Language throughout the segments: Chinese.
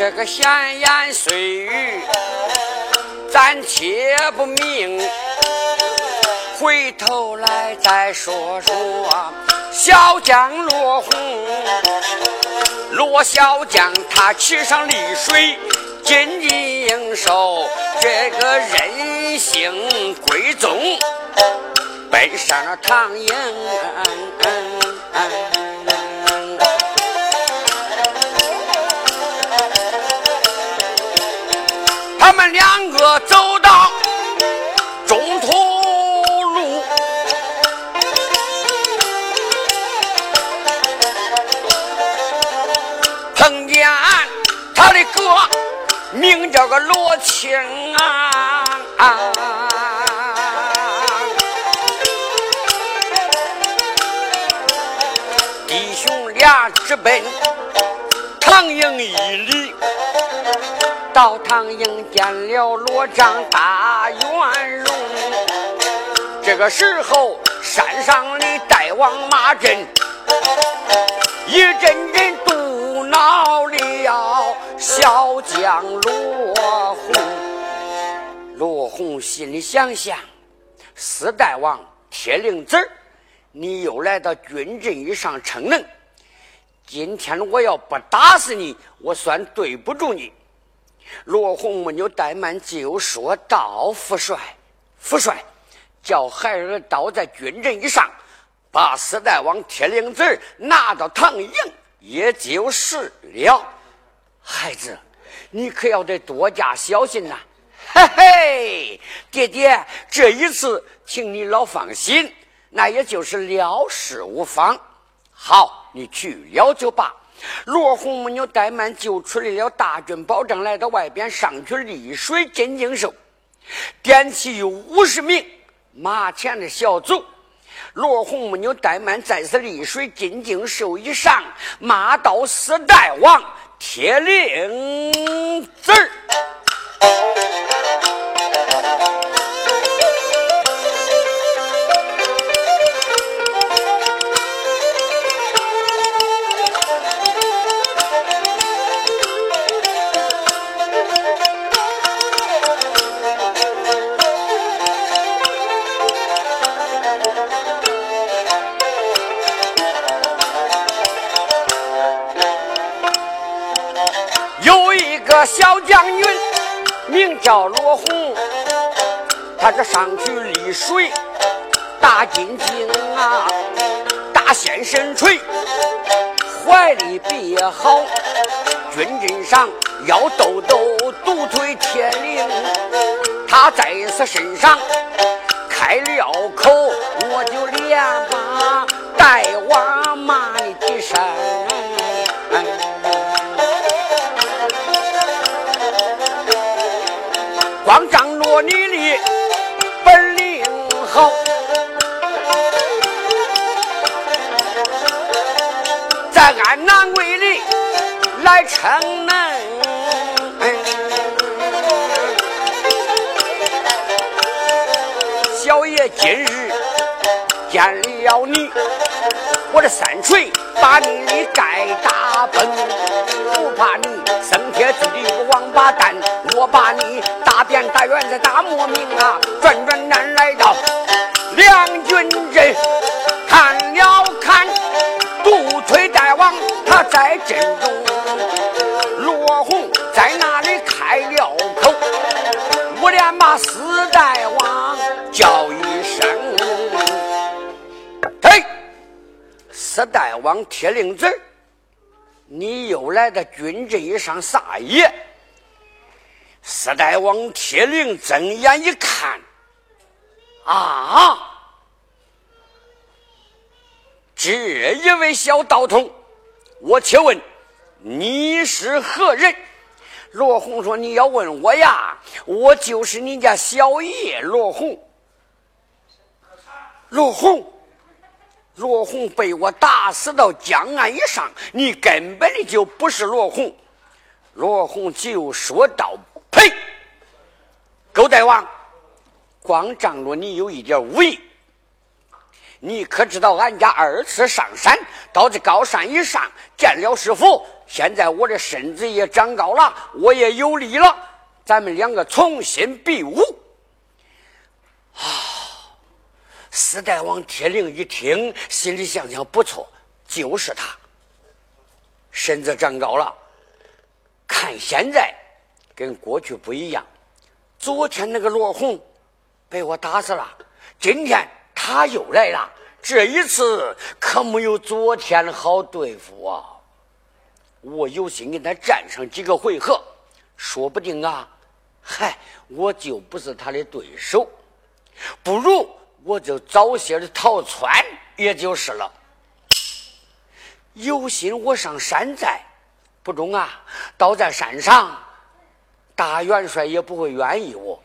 这个闲言碎语暂且不明，回头来再说说小将罗红。罗小将他骑上丽水，紧紧应手，这个人性归宗，奔上了唐营。他们两个走到中途路，碰见他的哥名叫个罗青弟兄俩直奔唐营一里，到唐营见了罗章大元荣。这个时候山上的大王马阵一阵阵嘟恼了小将罗红。罗红心里想想，四大王铁令子，你又来到军阵以上逞能，今天我要不打死你，我算对不住你。罗红没有怠慢，就说道：父帅，父帅，叫孩儿的刀在军阵以上，把四大王铁令子拿到唐营，也就是了。孩子，你可要得多加小心呐！嘿嘿，爹爹，这一次请你老放心，那也就是了事无妨。好，你去了就罢。罗红没有怠慢，就出来了大军保障，来到外边上去丽水进京守，点起有50名马前的小卒。罗红没有怠慢，在此丽水进京守以上，马到四大王铁令子儿。小将军名叫罗红，他这上去丽水打金睛大显身锤，怀里别好，军阵上腰兜兜，独腿铁铃，他在此身上开了口，我就连把带娃骂你几声。光张罗你的本领好，在俺南归里来逞能。小爷今日见了你，我这三锤把你的盖打崩，不怕你生铁自己个王八蛋，我把你大扁大圆子大莫名转转难来到两军阵，看了看独腿大王他在阵中，罗红在那里开了口，我连把四大王叫一声。嘿，四大王铁令子，你又来到军阵以上撒野。四大王铁令睁眼一看，这一位小道童，我且问你是何人？罗红说，你要问我呀，我就是你家小爷罗红。罗红被我打死到江岸以上，你根本的就不是罗红。罗红就说道：呸！狗大王，光仗着你有一点武艺， 你可知道俺家2次上山，到这高山以上见了师傅，现在我的身子也长高了，我也有力了，咱们2个重新比武。四代王铁岭一听，心里想想，不错，就是他，身子长高了。看现在跟过去不一样，昨天那个罗红被我打死了，今天他又来了，这一次可没有昨天好对付啊！我有心跟他战上几个回合，说不定啊，我就不是他的对手，不如我就早些的逃窜也就是了。有心我上山寨，不中啊，倒在山上，大元帅也不会愿意我，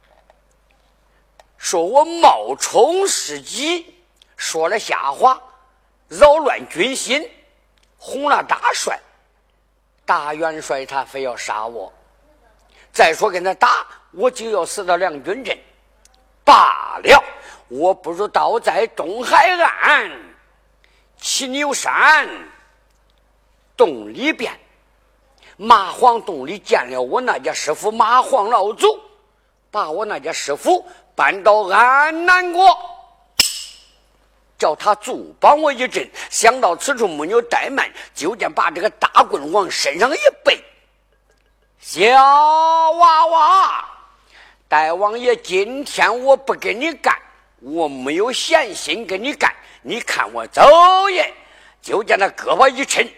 说我冒充事迹，说了瞎话，扰乱军心，哄了大帅。大元帅他非要杀我，再说跟他打，我就要死到两军阵。罢了，我不如倒在东海岸骑牛山洞里边，马黄洞里见了我那家师傅马黄老祖，把我那家师傅搬到安南国，叫他助帮我一阵。想到此处没有怠慢，就见把这个大棍往身上一背，小娃娃，大王爷今天我不跟你干，我没有闲心跟你干，你看我走也。就见他胳膊一抻，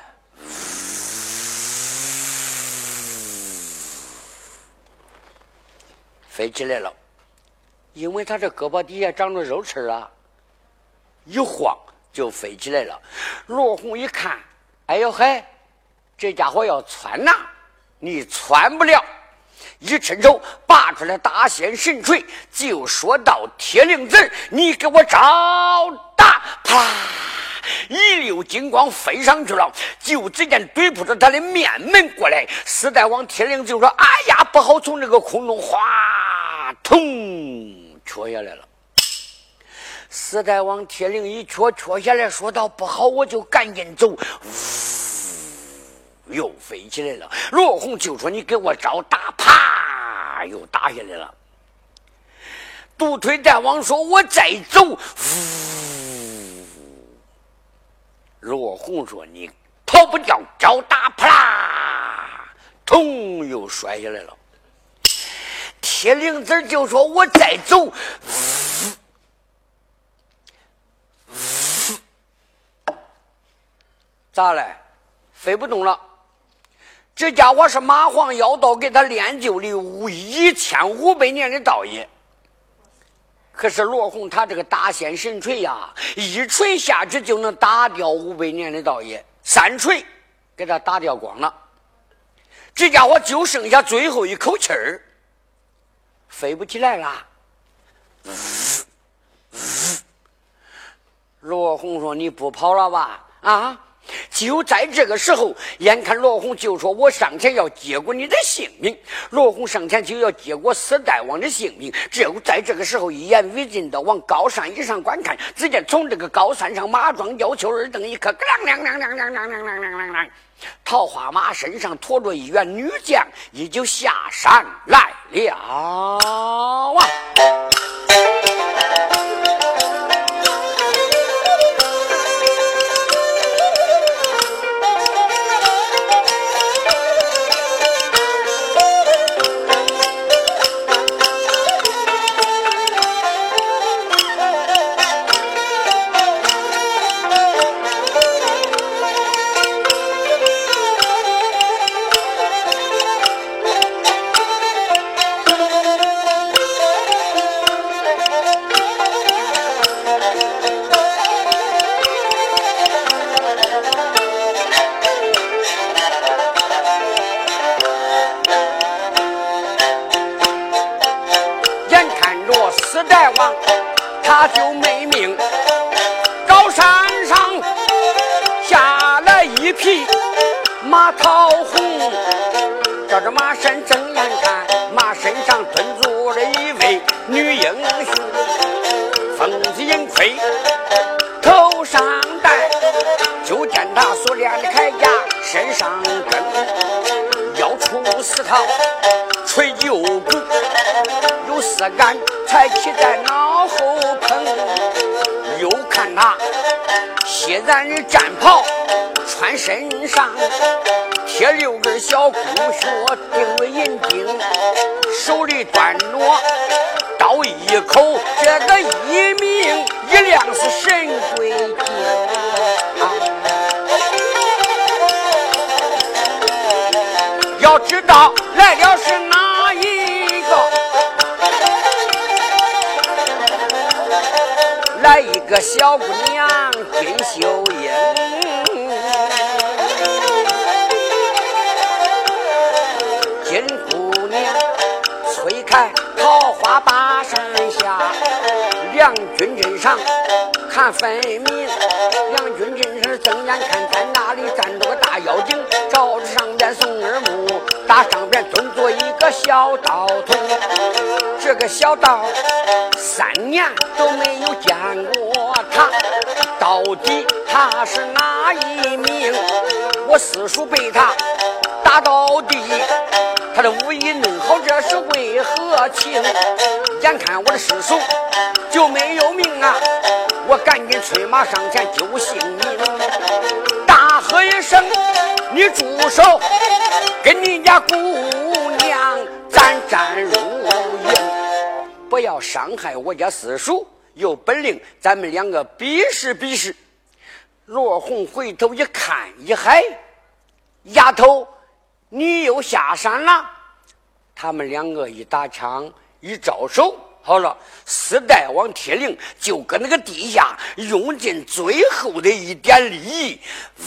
飞起来了。因为他这胳膊底下长着肉刺啊，一晃就飞起来了。罗红一看，哎呦嘿，这家伙要窜呐，你窜不了。一伸手拔出来大仙神锤，就说到铁铃子，你给我招打！啪，一溜金光飞上去了，就只见对扑着他的面门过来。四代王铁铃就说：哎呀，不好，从这个空中哗通戳下来了。四代王铁铃一戳下来，说道：不好，我就赶紧走。又飞起来了。罗红就说：你给我招打！啪，又打下来了。独腿大王说：我再走。罗红说：你逃不掉，招打！啪，通又摔下来了。铁铃子就说：我再走。咋了？飞不动了。这家伙是马黄妖道给他练就的1500年的道业，可是罗红他这个大仙神锤呀，一锤下去就能打掉500年的道业，3锤给他打掉光了。这家伙就剩下最后一口气儿，飞不起来了。罗红说：你不跑了吧？啊！就在这个时候，眼看罗红就说：我上前要接过你的性命。罗红上前就要接过四代王的性命。只有在这个时候，一言为尽的往高山以上观看，只见从这个高山上马庄腰球耳灯一颗，桃花马身上驮着一员女将，也就下山来了啊！他就没命，高山上下了一匹马桃红，照着马身睁眼看，马身上蹲坐着一位女英雄，风姿盈亏， 背，头上戴，就见他所练的铠甲，身上跟腰出4套吹旧鼓，有4杆才骑在脑后坑。又看他西咱的战袍穿身上，贴6根小骨靴钉为银钉，手里端着刀一口，这个一命一亮是神鬼精要知道来了是哪一个？来一个小姑娘金秀英，金姑娘催开桃花把山下，两军阵上看分明，两军阵上睁眼看在那里站着个大妖精，照着上边送耳目，大上边蹲着一个小道童。这个小道3年都没有见过他，到底他是哪一名？我四叔被他打到地，他的武艺弄好，这是为何情？眼看我的师叔就没有命啊，我赶紧催马上前救性命，大喝一声：你住手！跟你家姑娘咱战如营，不要伤害我家四叔，有本领咱们2个比试比试。罗红回头一看一嗨，丫头你又下山了。他们2个一打枪一招手，好了，4代王铁岭就搁那个地下用尽最后的一点力气，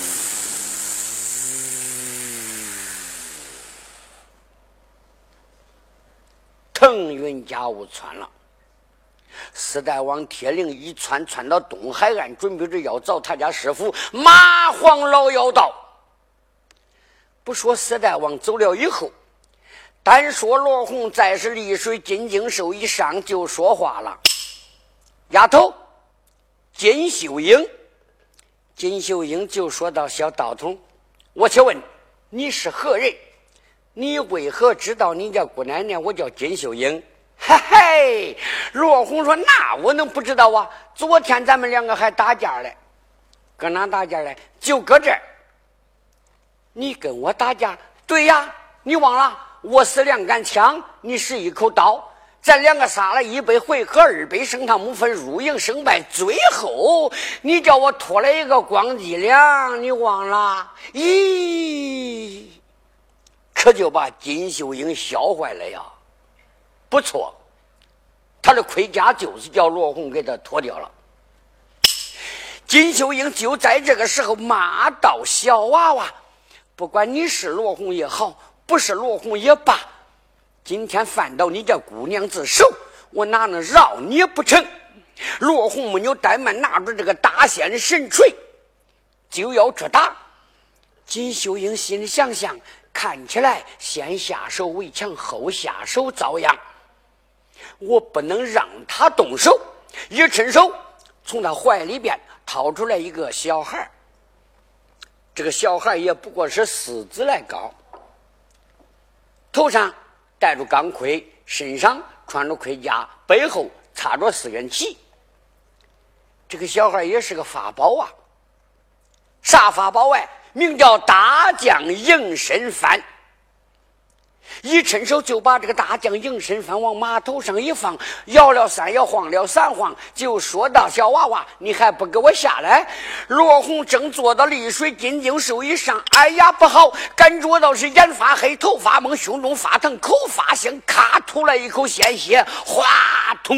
腾云驾雾窜了。4代王铁岭一窜到东海岸，准备着要找他家师傅马黄老妖道。不说4代王走了以后，单说罗红再是丽水金睛兽一上就说话了：丫头金秀英。金秀英就说到：小道童，我且问你是何人？你为何知道你家姑奶奶我叫金秀英？嘿嘿，罗红说：那我能不知道啊？昨天咱们2个还打架嘞。搁哪打架嘞？就搁这儿。你跟我打架？对呀，你忘了我使2杆枪，你使1口刀，咱2个杀了1杯回合，2杯升堂不分，入营胜败，最后你叫我拖了一个光脊梁，你忘了？咦，可就把金秀英笑坏了呀。不错，他的盔甲就是叫罗红给他脱掉了。金秀英就在这个时候骂道：小娃娃，不管你是罗红也好，不是罗红也罢，今天犯到你家姑娘之手，我哪能饶你不成？罗红没有怠慢，拿着这个大仙神锤就要去打。金秀英心里想想，看起来先下手为强，后下手遭殃，我不能让他动手。一伸手从他怀里边掏出来一个小孩，这个小孩也不过是4指来高，头上戴着钢盔，身上穿着盔甲，背后插着4根旗。这个小孩也是个法宝啊，啥法宝啊？名叫大将迎神幡。一伸手就把这个大将迎神幡往马头上一放，摇了3摇，晃了3晃，就说道：小娃娃，你还不给我下来？罗红正坐到丽水金睛兽以上，哎呀不好，感觉到是眼发黑，头发蒙，胸中发疼，口发腥，咔吐了一口鲜血，哗通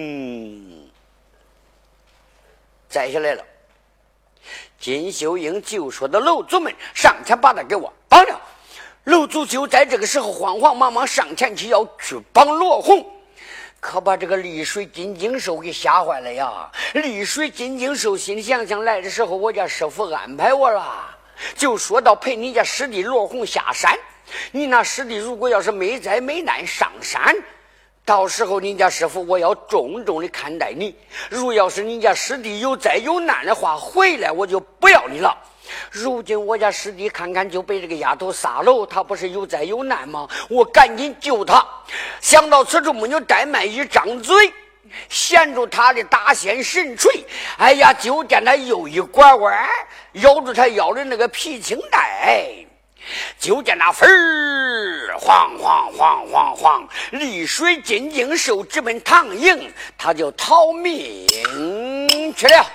摘下来了。金秀英就说的楼主们上前把他给我绑了。楼主就在这个时候慌慌忙忙上前去要去绑罗红，可把这个丽水金睛兽给吓坏了呀。丽水金睛兽心里想想，来的时候我家师傅安排我了，就说到陪你家师弟罗红下山，你那师弟如果要是没灾没难上山， 到时候你家师傅我要重重的看待你，如要是你家师弟有灾有难的话，回来我就不要你了。如今我家师弟看看就被这个丫头杀了，他不是有灾有难吗？我赶紧救他。想到此处，母牛怠慢一张嘴，衔住他的大仙神锤，哎呀，就见他又一拐弯，咬住他腰的那个皮青带，就见他分儿晃晃晃晃晃，丽水金睛兽直奔唐营，他就逃命去了。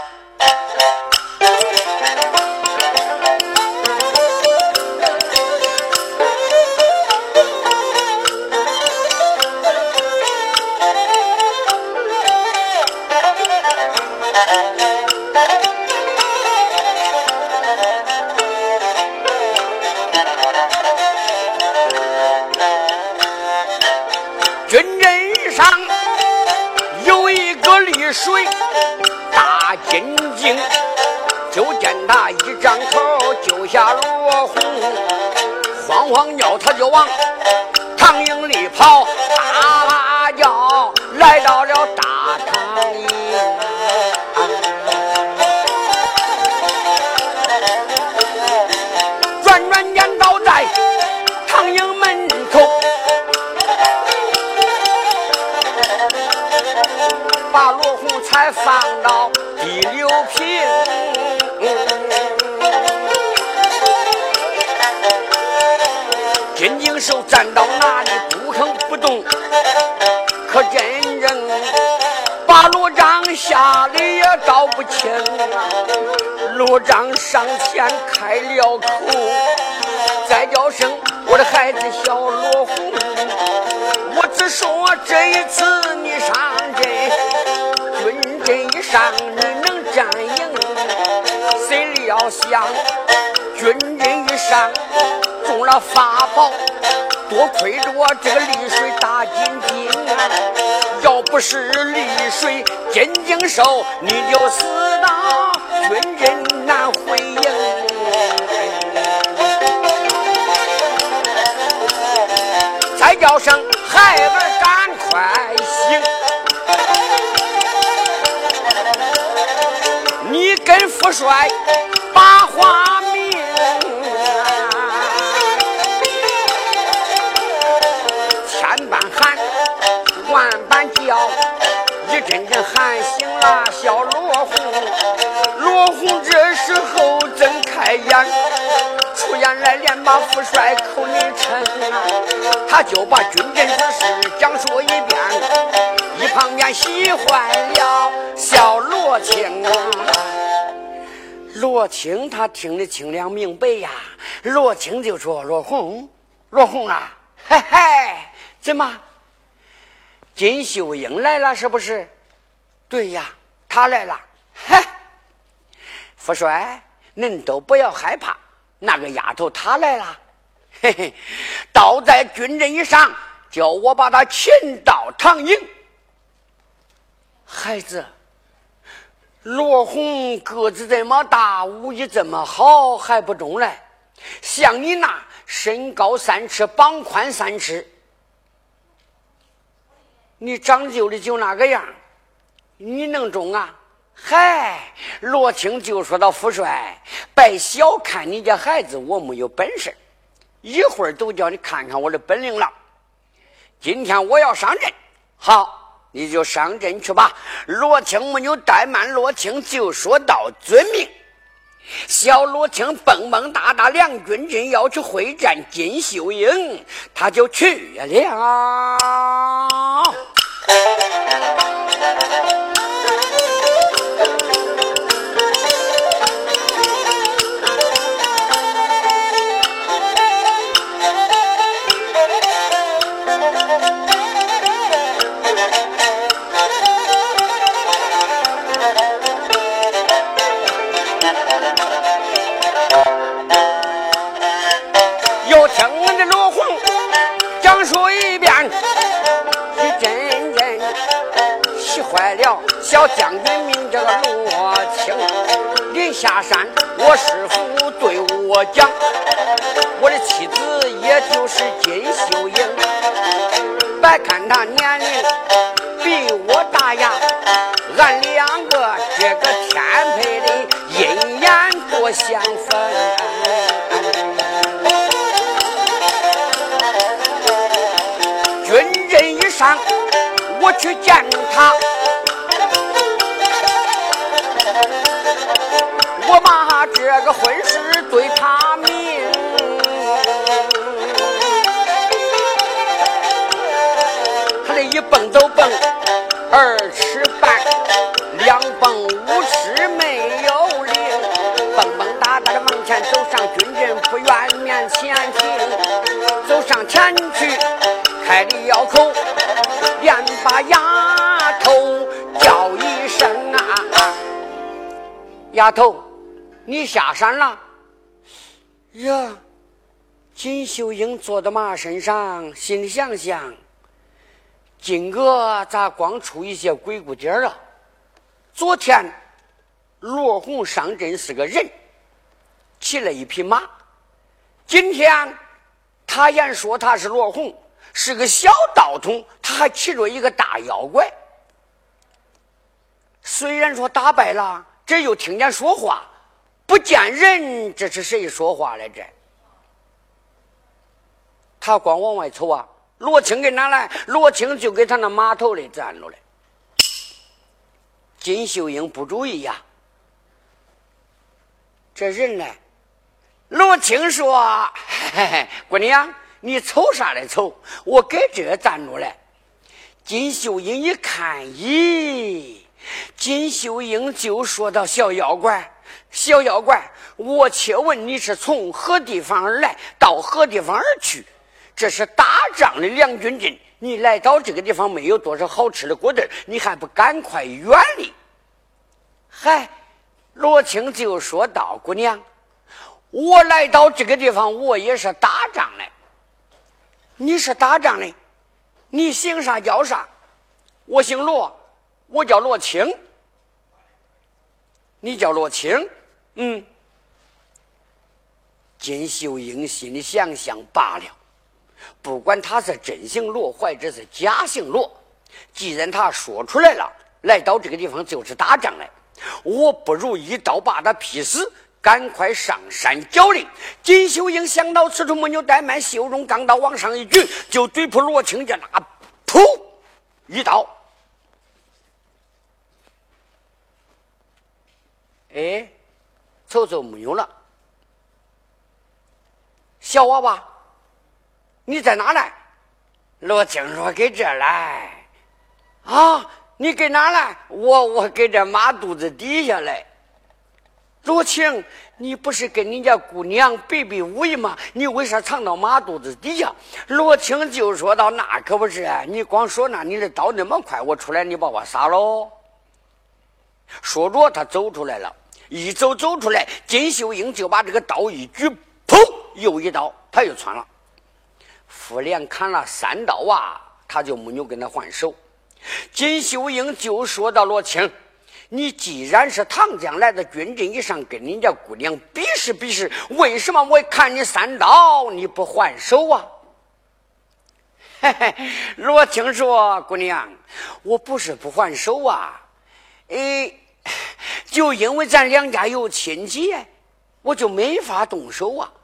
军阵上有一个丽水大金睛，就见他一张口救下罗红，慌慌叫他就往唐营里跑，大叫来到了大唐营。转转间倒在唐营门口，把罗红才放到第六平。金睛兽站到那里不吭不动，可真正把罗章吓得也道不清。罗章上前开了口，再叫声我的孩子小罗红，我只说这一次你上阵，军阵一上你能战赢，谁料想军阵一上中了法宝，多亏着我这个丽水大金睛啊！要不是丽水金睛兽，你就死到军阵难回营。再叫声孩儿赶快醒，你跟父帅把话明，千般喊万般叫，一阵阵喊醒了小罗红。罗红这时候睁开眼，出言来连把父帅口里称啊，他就把军阵之事讲述一遍，一旁边喜坏了小罗青啊。罗青他听得清亮明白呀，罗青就说：罗红啊，嘿嘿，怎么金秀英来了是不是？对呀，他来了。嘿，父帅您都不要害怕，那个丫头她来了，嘿嘿，倒在军阵以上，叫我把她擒到唐营。孩子，罗红个子这么大，武艺这么好，还不中来？像你那身高3尺，膀宽3尺，你长就的就那个样，你能中啊？嗨，罗青就说到：父帅，别小看你家孩子，我没有本事，一会儿都叫你看看我的本领了。今天我要上阵，好，你就上阵去吧。罗青没有怠慢，罗青就说到：遵命。小罗青蹦蹦哒哒两军阵要去会战金秀英，他就去了。又听我的罗红讲述一遍，一阵阵气坏了小将军名这个罗青。临下山我师父对我讲，我的妻子也就是金秀英， 再看他年龄比我大呀，俺两个这个天配的阴阳多相分。军阵一上，我去见他，我把这个婚事对他明。他这一蹦都蹦2尺半，2蹦5尺没有零，蹦蹦哒哒的往前走上军阵府院面前停，走上前去开了腰口，连把丫头叫一声啊，丫头你下山了呀？金秀英坐到马身上，心里想想，今个咋光出一些鬼谷点了？昨天罗红上阵是个人，骑了一匹马，今天他言说他是罗红，是个小道童，他还骑着一个大妖怪。虽然说打败了，这又听见说话，不见人，这是谁说话来着？他光往外瞅啊，罗青给哪来？罗青就给他那马头里站着来。金秀英不注意呀，这人呢？罗青说：“嘿嘿，姑娘，你瞅啥来瞅？我给这站着来。”金秀英一看，咦，金秀英就说到：“小妖怪，小妖怪，我且问你是从何地方而来，到何地方而去？这是打仗的两军阵，你来到这个地方没有多少好吃的果子，你还不赶快远离？”嗨，罗青就说道：“姑娘，我来到这个地方，我也是打仗来。你是打仗的，你姓啥叫啥？我姓罗，我叫罗青。你叫罗青？金秀英心里想想罢了，不管他是真姓罗或者是假姓罗，既然他说出来了，来到这个地方就是打仗来，我不如一刀把他劈死，赶快上山剿令。金秀英想到此处没有怠慢，秀容钢刀往上一举，就对扑罗青家那噗一刀。哎，瞅瞅没有了。小娃娃，你在哪来？罗青说：“给这来。”啊，你给哪来？我给这马肚子底下来。罗青，你不是跟你家姑娘比比武艺吗？你为啥藏到马肚子底下？罗青就说道：“那可不是，你光说那你的刀那么快，我出来你把我杀喽。”说着他走出来了，一走出来，金秀英就把这个刀一举，噗，又一刀他又穿了。妇联砍了3刀啊，他就没有跟他还手。金秀英就说到：“罗青，你既然是唐江来的军阵以上，跟人家姑娘比试比试，为什么我砍你3刀你不还手啊？”嘿嘿，罗青说：“姑娘，我不是不还手啊，就因为咱两家有亲戚，我就没法动手啊。”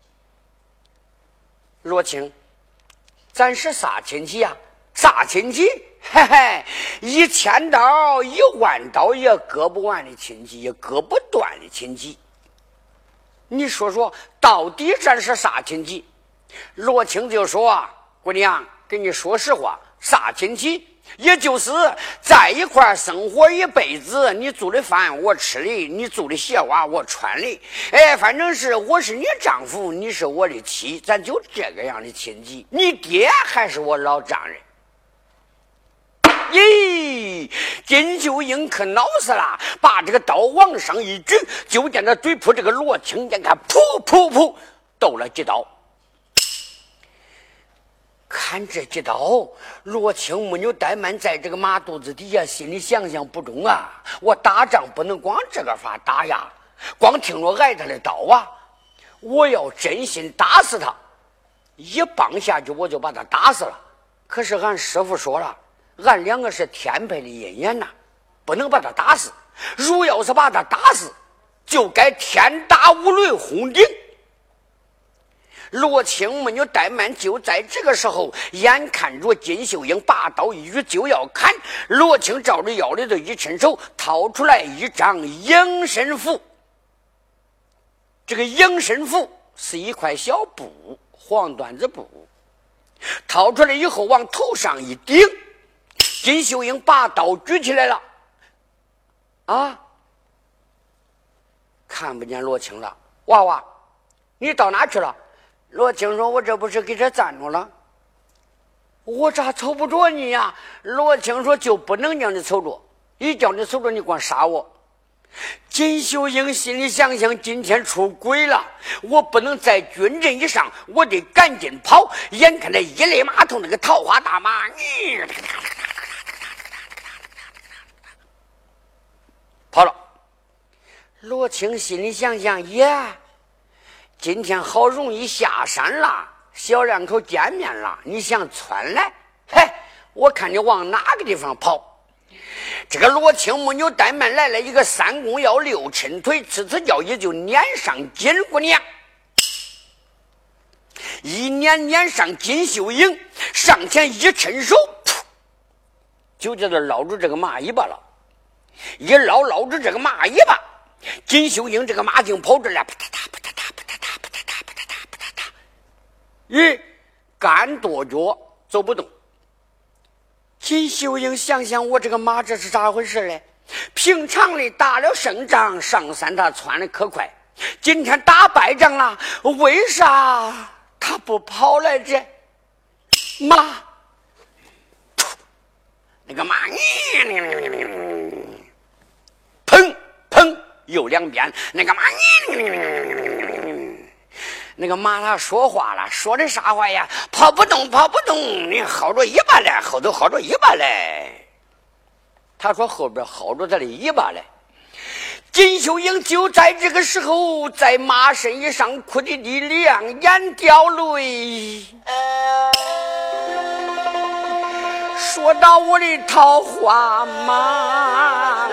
罗青，咱是啥亲戚呀？啥亲戚？嘿嘿，1000刀10000刀也割不完的亲戚，也割不断的亲戚。你说说，到底咱是啥亲戚？罗青就说：“姑娘，跟你说实话，啥亲戚？也就是在一块生活一辈子，你做的饭我吃的，你做的鞋袜我穿的，反正是我是你丈夫，你是我的妻，咱就这个样的亲戚。你爹还是我老丈人。”咦，金秀英可恼死了，把这个刀往上一举，就见他对扑这个罗青，眼看噗噗噗斗了几刀。看这几刀，罗青没有怠慢，在这个马肚子底下心里想想不中啊，我打仗不能光这个法打呀，光听着挨他的刀啊，我要真心打死他，一棒下去我就把他打死了。 可是俺师傅说了，俺两个是天配的姻缘呐，不能把他打死。如要是把他打死，就该天打五雷轰顶。罗青没有怠慢，就在这个时候，眼看着金秀英拔刀一举就要砍，罗青照着腰里头一伸手，掏出来一张迎身符。这个迎身符是一块小布，黄缎子布，掏出来以后往头上一顶，金秀英把刀举起来了。啊，看不见罗青了。娃娃，你到哪去了？罗青说：“我这不是给这站着了，我咋瞅不着你呀？”罗青说：“就不能让你瞅着，一叫你瞅着，你光杀我。”金秀英心里想想，今天出轨了，我不能在军阵以上，我得赶紧跑。眼看着一勒马头那个桃花大马，跑了。罗青心里想想，今天好容易下山了，小两口见面了，你想窜来？嘿，我看你往哪个地方跑？这个罗青没有怠慢，来了一个三公腰六抻腿，呲呲叫也就撵上金姑娘，一撵上金秀英，上前一伸手，就叫他捞住这个马尾巴了。一捞住这个马尾巴，金秀英这个马就跑着来，干跺脚走不动。金秀英想想，我这个马这是咋回事嘞？平常里打了胜仗，上山他窜的可快，今天打败仗了，为啥他不跑来着？马，那个马，砰砰又两边，那个马，那个马他说话了，说的啥话呀？跑不动，你薅着尾巴嘞，后头薅着尾巴嘞。他说后边薅着他的尾巴嘞。金秀英就在这个时候，在马身以上哭的两眼掉泪。说到我的桃花马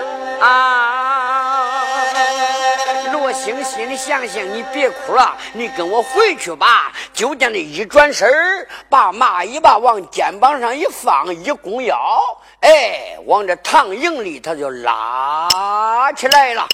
罗星心里想想，你别哭了，你跟我回去吧。就这样的一转身，把马尾巴往肩膀上一放，一弓腰，往这唐营里他就拉起来了。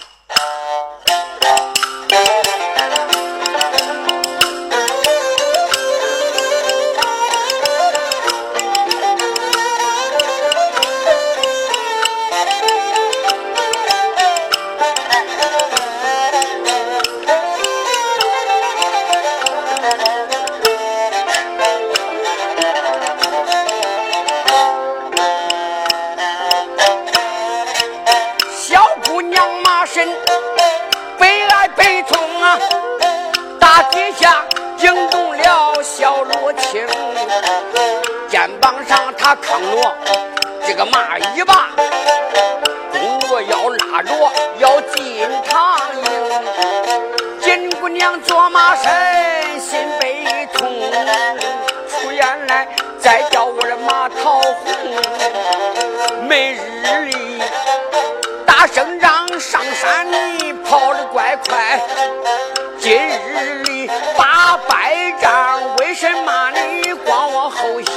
悲哀悲痛啊，大地下惊动了小罗青，肩膀上他扛着这个马尾巴，弓着要拉着要进唐营。金姑娘坐马身心悲痛，出言来再叫我的马桃红，每日里打胜仗上山里跑得怪快，今日里打败仗，为什么你光往后行？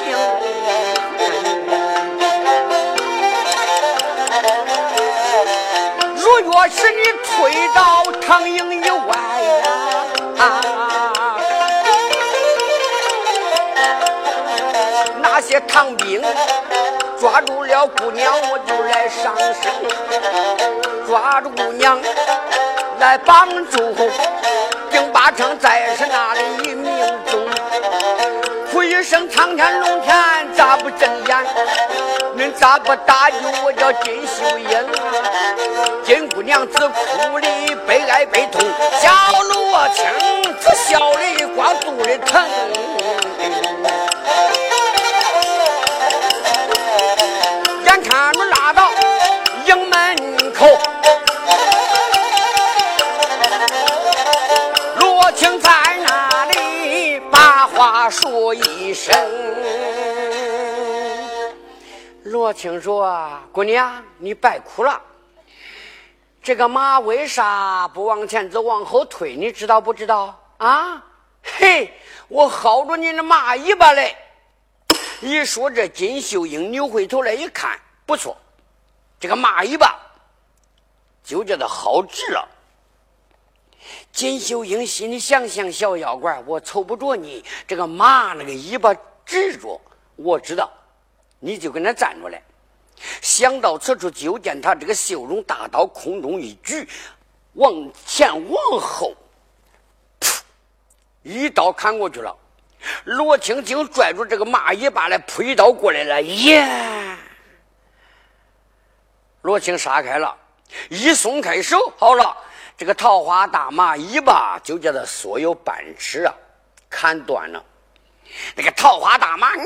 如若是你退到唐营以外那些唐兵抓住了姑娘，我就来上身，抓住姑娘来绑住，定八成再是那里命中。哭一声苍天龙天，咋不睁眼？恁咋不打救我叫金秀英金姑娘子哭的悲哀悲痛，小罗青子笑的光肚里疼。眼看着拉到营门口，罗青在那里把话说一声， 罗青说：“姑娘，你白哭了。这个马为啥不往前走，往后退？你知道不知道啊？嘿，我薅着你的马尾巴嘞！”一说这，金秀英扭回头来一看，不错，这个马尾巴就叫他薅直了。金秀英心里想想，小妖怪，我瞅不着你这个马那个尾巴直着，我知道，你就跟他站着来。想到此处，就见他这个秀容大刀空中一举，往前往后，噗，一刀砍过去了。罗青青拽住这个马尾巴来，扑一刀过来了，耶！罗青杀开了，一松开手，好了，这个桃花大马尾巴就叫他所有半尺啊，砍断了。那个桃花大马，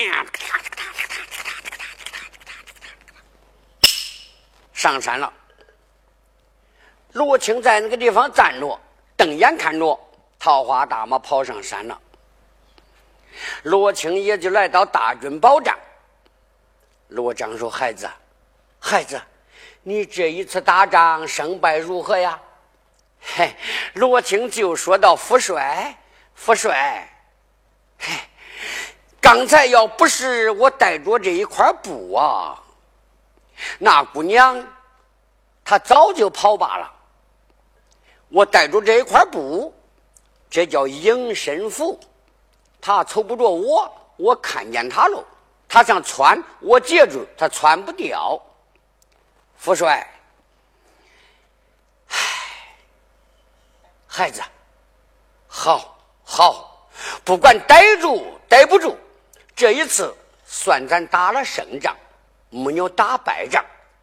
上山了。罗青在那个地方站着，瞪眼看着桃花大马跑上山了。罗青也就来到大军保障。罗章说：“孩子，孩子，你这一次打仗胜败如何呀？”嘿，罗青就说到：“父帅，父帅，嘿，刚才要不是我带着这一块布啊，那姑娘她早就跑罢了。我带着这一块布，这叫迎身符。他瞅不着我看见他了，他想穿，我接住，他穿不掉。父帅，孩子，好，不管逮住逮不住，这一次算咱打了胜仗，没有打败仗。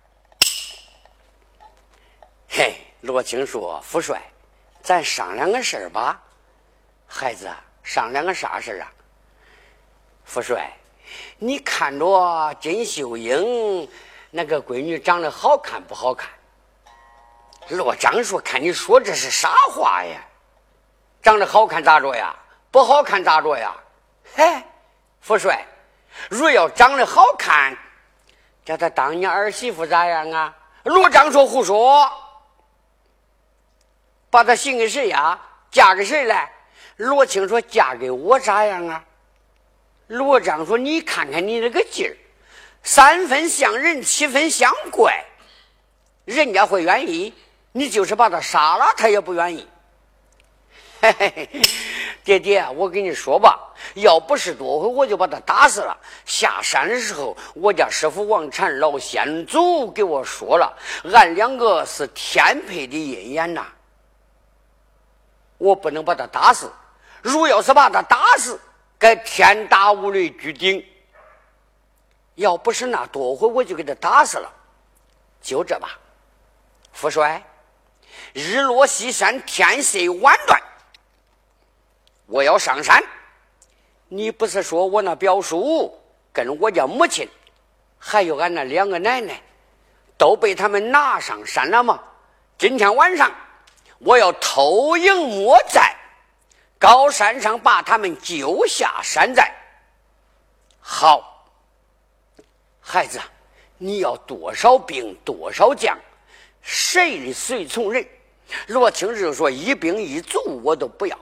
嘿，罗青说：“父帅，咱商量个事儿吧。”孩子，商量个啥事啊？父帅，你看着金秀英那个闺女长得好看不好看？罗章说：“看你说这是啥话呀？长得好看咋着呀？不好看咋着呀？”嘿，父帅，若要长得好看，叫她当你儿媳妇咋样啊？罗章说：“胡说，把她许给谁呀？嫁给谁来？”罗青说：“嫁给我咋样啊？”罗章说：“你看看你那个劲儿，3分像人，7分像怪，人家会愿意，你就是把他杀了他也不愿意。”嘿嘿嘿，爹爹，我跟你说吧，要不是多会我就把他打死了。下山的时候，我家师傅王禅老先祖给我说了，俺2个是天配的姻缘呐，我不能把他打死。如要是把他打死，该天打五雷巨顶。要不是那多会，我就给他打死了。就这吧，父帅，日落西山，天色晚断，我要上山。你不是说我那表叔跟我家母亲还有俺那2个奶奶都被他们拿上山了吗？今天晚上我要偷营摸寨，高山上把他们救下山寨。好，孩子，你要多少兵多少将，谁的随从人？罗青日说：“1兵1卒我都不要。”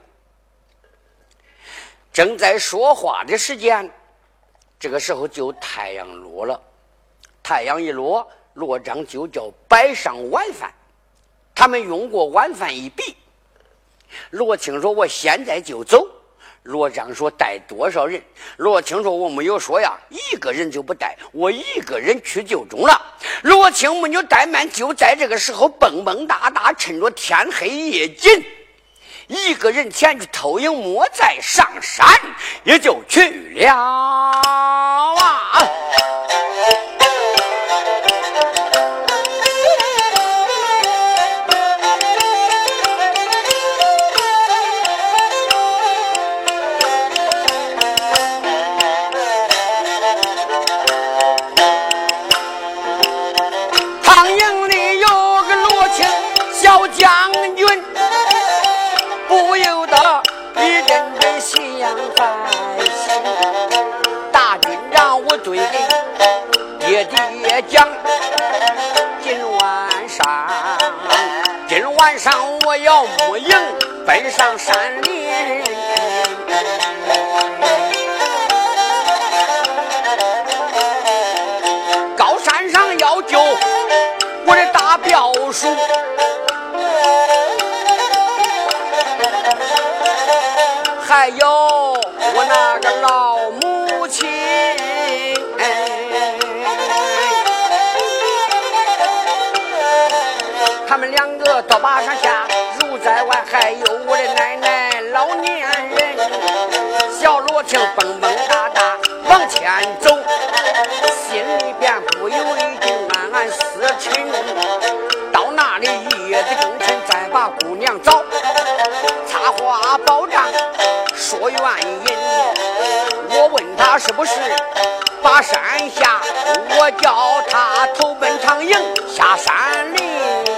正在说话的时间，这个时候就太阳落了。太阳一落，罗章就叫摆上晚饭。他们用过晚饭一毕，罗青说：“我现在就走。”罗章说：“带多少人？”罗青说：“我没有说呀，1个人就不带，我1个人去就中了。”罗青没有怠慢，就在这个时候蹦蹦哒哒，趁着天黑夜紧，1个人前去偷营摸寨，上山也就去了啊。唐营里有个罗青小将军，不由得一阵阵喜洋欢喜。大军让我对给爹爹讲，今晚上我要牧营奔上山林，高山上要救我的大表叔，还有我那个老母亲，他们两个到马上下，如在外，还有我的奶奶老年人。小罗青蹦蹦哒哒往前走，心里边不由已经暗暗思忖，到那里夜子更深，再把姑娘找，插花保障说原因。我问他是不是把山下，我叫他投奔长营下山林。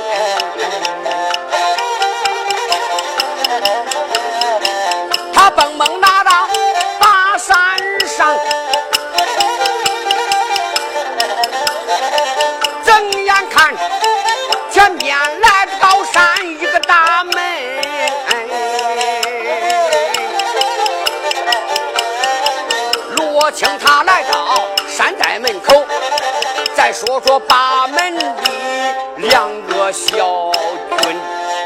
他蹦蹦哒哒把山上，睁眼看前边来高山一个大门，罗青他来到山寨门口，再说说把门的两个小军，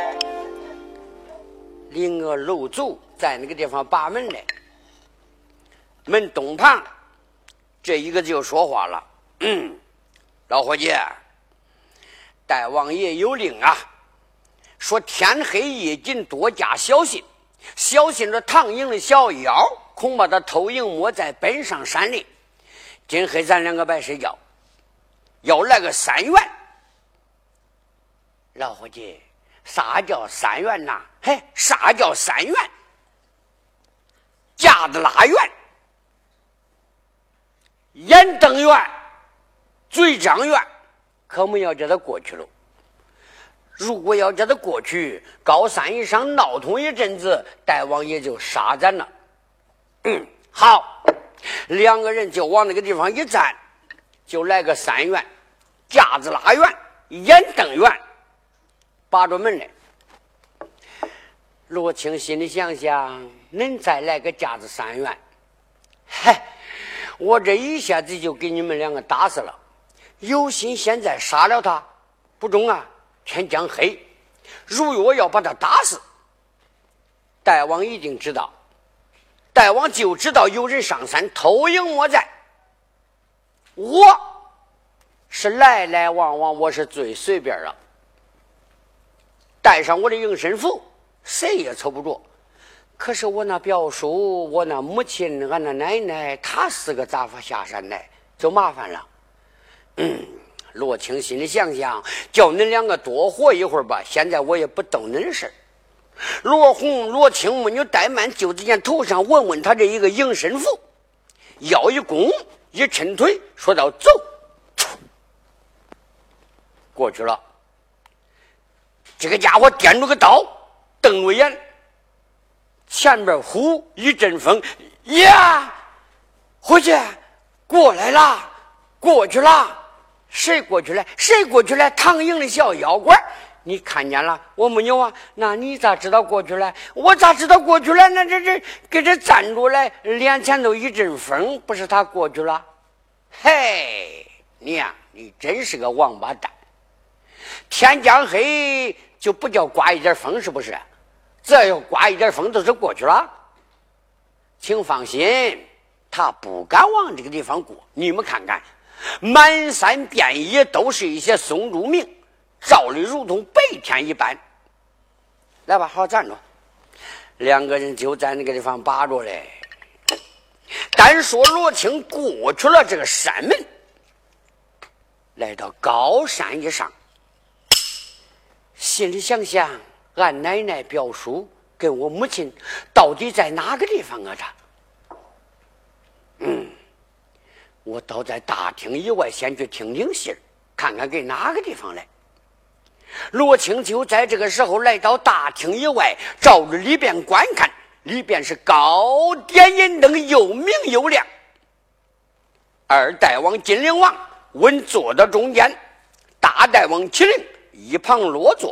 领个楼主在那个地方把门来，门东旁这一个就说话了，老伙计，大王爷有令啊，说天黑夜尽多加小心，小心着唐营的小妖，恐怕他偷营摸在奔上山林。今黑咱两个白睡觉，要来个3元。老伙计，啥叫3元呐？嘿，啥叫3元？架子拉圆，眼瞪圆，嘴张圆，可没要叫他过去了。如果要叫他过去，高山以上闹腾一阵子，大王爷就杀咱了。好，两个人就往那个地方一站，就来个3元，架子拉圆，眼瞪圆，把着门来。罗青心里想想，能再来个架子3元，嗨，我这一下子就给你们两个打死了。有心现在杀了他不中啊，天将黑，如若要把他打死，大王一定知道，大王就知道有人上山偷营摸寨，我是来来往往，我是最随便了，带上我的营身符谁也凑不着。可是我那表叔，我那母亲，俺那奶奶，他4个咋法下山来，就麻烦了。罗青心里想想，叫恁两个多活一会儿吧，现在我也不懂恁事。罗红、罗青母女怠慢，就只见头上闻闻他这一个营身符，腰一弓，一抻腿，说道：“走！”过去了。这个家伙掂着个刀，瞪着眼，前边呼一阵风，呀，伙计，过来了，过去了。谁过去了？谁过去了？唐营的小妖怪，你看见了？我没有啊。那你咋知道过去了？我咋知道过去了？那这给这站住来，脸前头一阵风，不是他过去了？嘿，你呀，你真是个王八蛋！天将黑就不叫刮一点风，是不是？这要刮一点风，都是过去了。请放心，他不敢往这个地方过。你们看看。满山遍野都是一些松竹鸣，照例如同白天一般。来吧，好站着。两个人就在那个地方把着嘞。单说罗青过去了这个山门，来到高山以上，心里想想，俺奶奶、表叔跟我母亲到底在哪个地方啊？我倒在大厅以外先去听听信儿，看看给哪个地方来。罗青就在这个时候来到大厅以外，照着里边观看，里边是高点银灯，又明又亮。 二代王金陵王稳坐到中间，大代王麒麟一旁落座。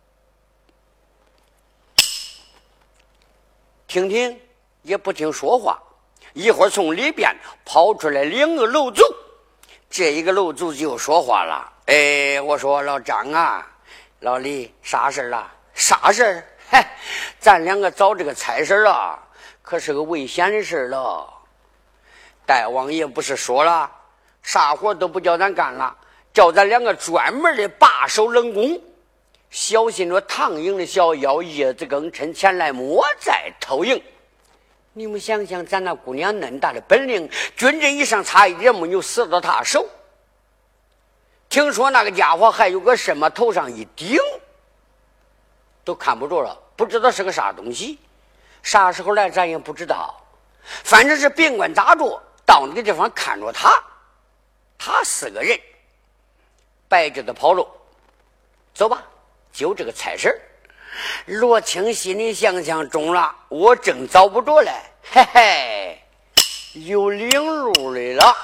听听也不听说话，一会儿从里边跑出来两个楼主，这一个楼主就说话了：“哎，我说老张啊，老李，啥事了？啥事儿？嗨，咱两个找这个差事啊，可是个危险的事了。大王爷不是说了，啥活都不叫咱干了，叫咱两个专门的把守冷宫，小心着唐营的小妖叶子更趁前来莫再偷营。你们想想，咱那姑娘嫩大的本领，军阵以上差一点没有死到她手。听说那个家伙还有个什么头上一顶，都看不着了，不知道是个啥东西，啥时候来咱也不知道。反正是别管咋着，到那个地方看着他4个人摆着的跑路，走吧，就这个差事。罗青心里想想中了，我正找不着嘞，嘿嘿，有领路来了。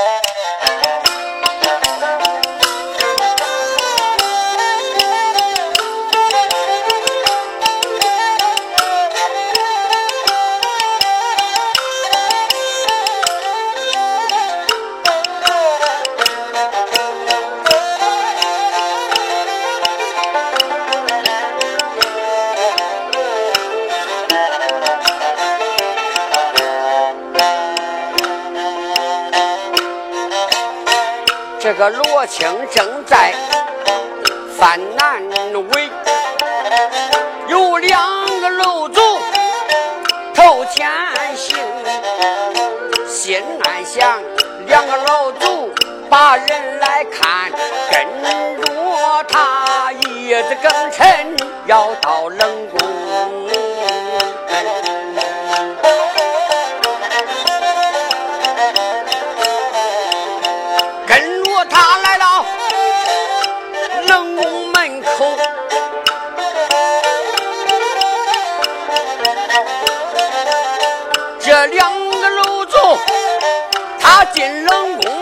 这个罗青正在犯难为，有2个楼主头前行，心暗想2个楼主把人来看，跟着他叶子更沉要到冷宫。他来到冷宫门口，这2个楼主他进冷宫，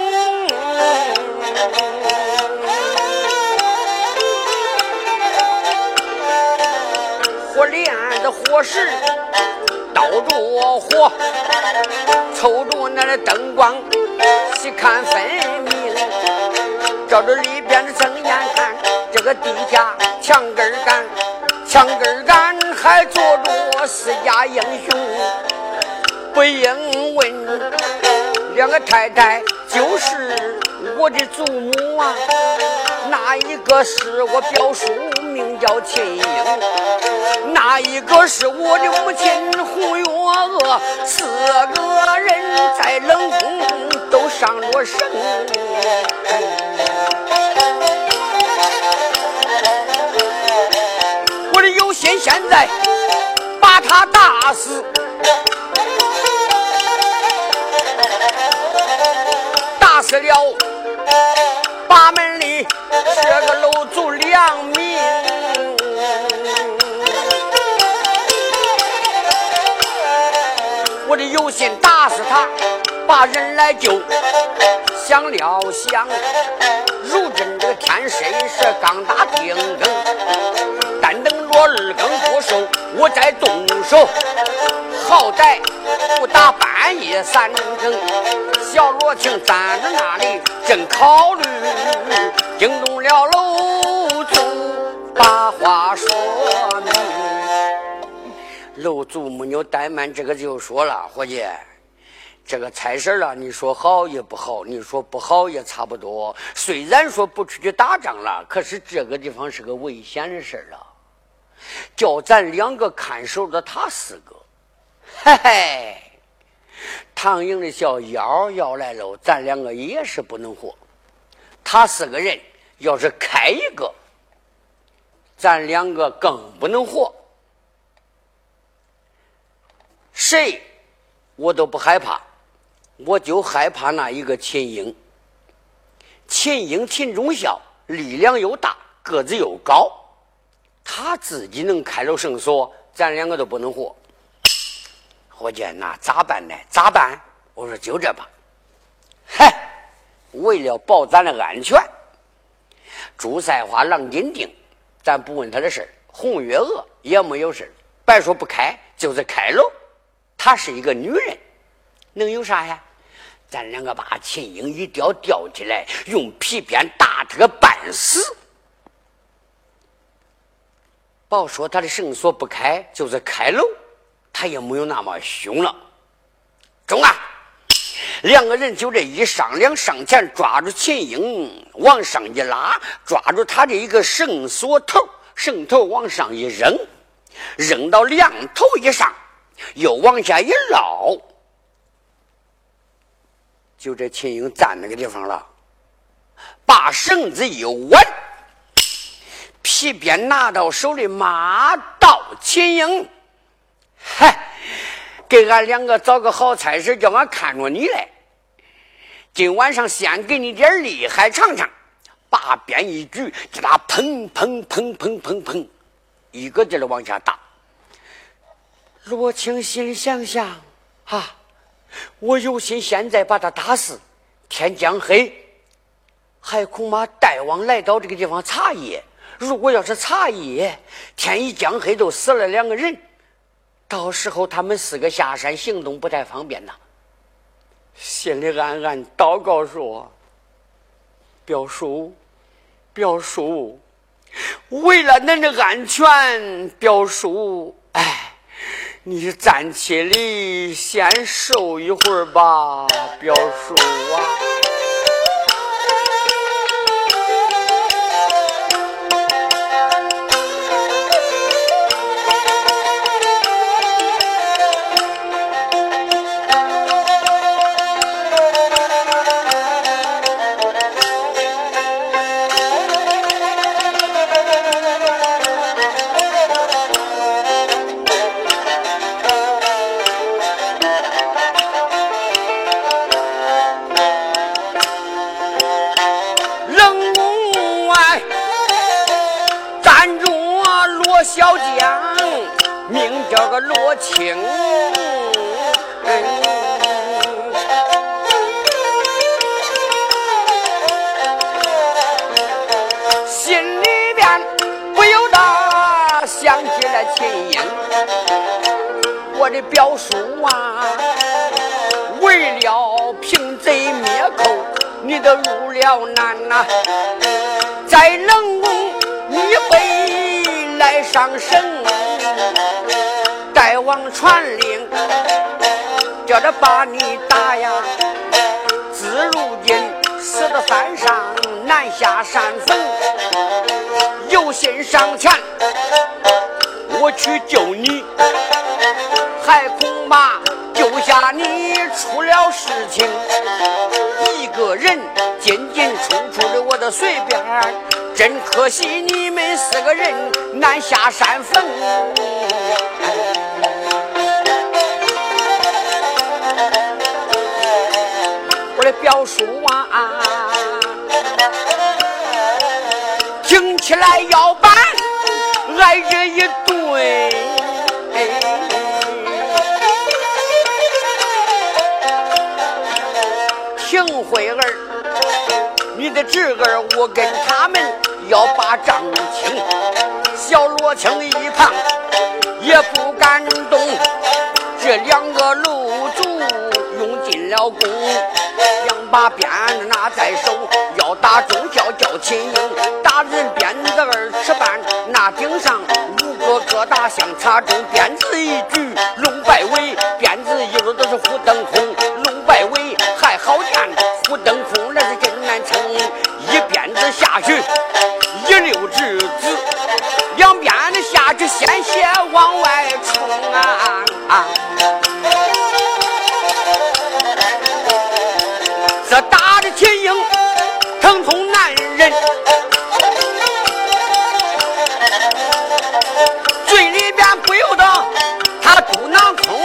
火链子火石倒着火，凑着那灯光细看分明，照着里边的睁眼看，这个地下墙根干，墙根干还坐着4家英雄，不应问2个太太就是我的祖母啊，那一个是我表叔名叫秦英，那一个是我的母亲胡月娥，4个人在冷宫都上了身。我的有心现在把他打死，打死了把门里这个楼主2名，我的有心打死他，把人来救，想了想，如今这个天神是刚打定更，但等着2更过手，我再动手，好歹不打半夜3更。小罗青站在那里正考虑，惊动了楼主把话说明。楼主没有怠慢，这个就说了：伙计，这个差事啊，你说好也不好，你说不好也差不多。虽然说不出去打仗了，可是这个地方是个危险的事了，叫咱2个看守的他4个，嘿嘿，唐营的小妖要来了，咱2个也是不能活。他4个人要是开一个，咱2个更不能活。谁我都不害怕，我就害怕那一个秦英。秦英秦忠孝，力量又大，个子又高，他自己能开了绳索，咱2个都不能活。伙计，那咋办呢？咋办？我说就这吧。嗨， 为了保咱的安全，朱赛花、郎金定，咱不问他的事，红月娥也没有事，别说不开，就是开了。她是一个女人，能有啥呀？咱两个把秦英一吊起来，用皮鞭打他个半死。别说他的绳索不开，就是开了，他也没有那么凶了。中啊！两个人就这一商量，上前抓住秦英，往上一拉，抓住他这一个绳索头，绳头往上一扔，扔到梁头以上，又往下一捞，就这秦英站那个地方了，把绳子一挽，皮鞭拿到手里，马到秦英，嗨！给俺两个找个好差事，叫俺看着你来。今晚上先给你点厉害尝尝。把鞭一举，给他砰砰砰砰砰砰，一个劲儿往下打。罗青心想想啊，我有心现在把他打死，天将黑，还恐怕大王来到这个地方查夜。如果要是查夜，天一将黑都死了两个人。到时候他们四个下山行动不太方便呐，心里暗暗祷告说：表叔，表叔，为了恁的安全，表叔，哎，你暂且里先受一会儿吧，表叔啊。小将名叫个罗青，心里边不由得想起了秦英，我的表叔啊，为了平贼灭寇，你都入了难呐，在冷宫你被来上神，大王传令叫他把你打呀，自如今死到山上难下山坟，有心上前我去救你，还恐怕救下你出了事情，一个人进进出出的我的随便，真可惜你们四个人难下山坟。我的表叔啊，听起来要办挨着一顿，听会儿你的侄儿我跟他们要把账清，小罗青一旁也不敢动，这两个路主用尽了功，两把鞭子拿在手，要打中叫叫秦英，打人鞭子儿吃饭，那顶上五个疙瘩像插中，鞭子一举龙摆尾，鞭子一路都是虎蹬空，龙摆尾还好见，虎蹬空那是真难撑，一鞭子下去一溜之子，两鞭子下去鲜血往外冲啊！这打的秦英疼痛难忍，嘴里边不由得他嘟囔空。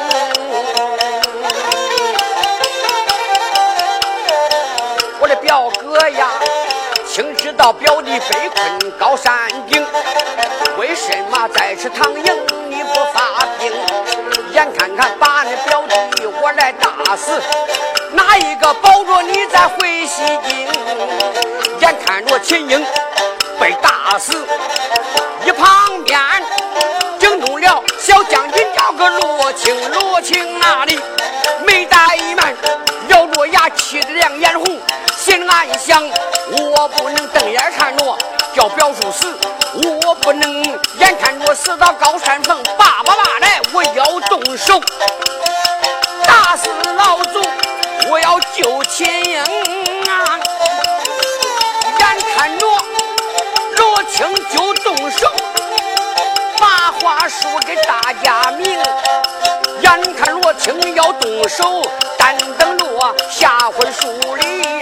我的表哥呀，清知道表弟被困高山顶，为什么在吃唐营你不发兵？眼看看把那表弟我来打死， 哪一个保着你再回西京？眼看着秦英被打死，一旁边惊动了小将军叫个罗青，罗青那里没怠慢，咬着牙气得两眼红，心暗想我不能瞪眼看着叫表叔死，我不能眼看着死到高山峰，爸爸来我要动手打死老祖，我要救秦英啊！眼看着罗青就动手，把话说给大家明。眼看罗青要动手，但等着下回书里。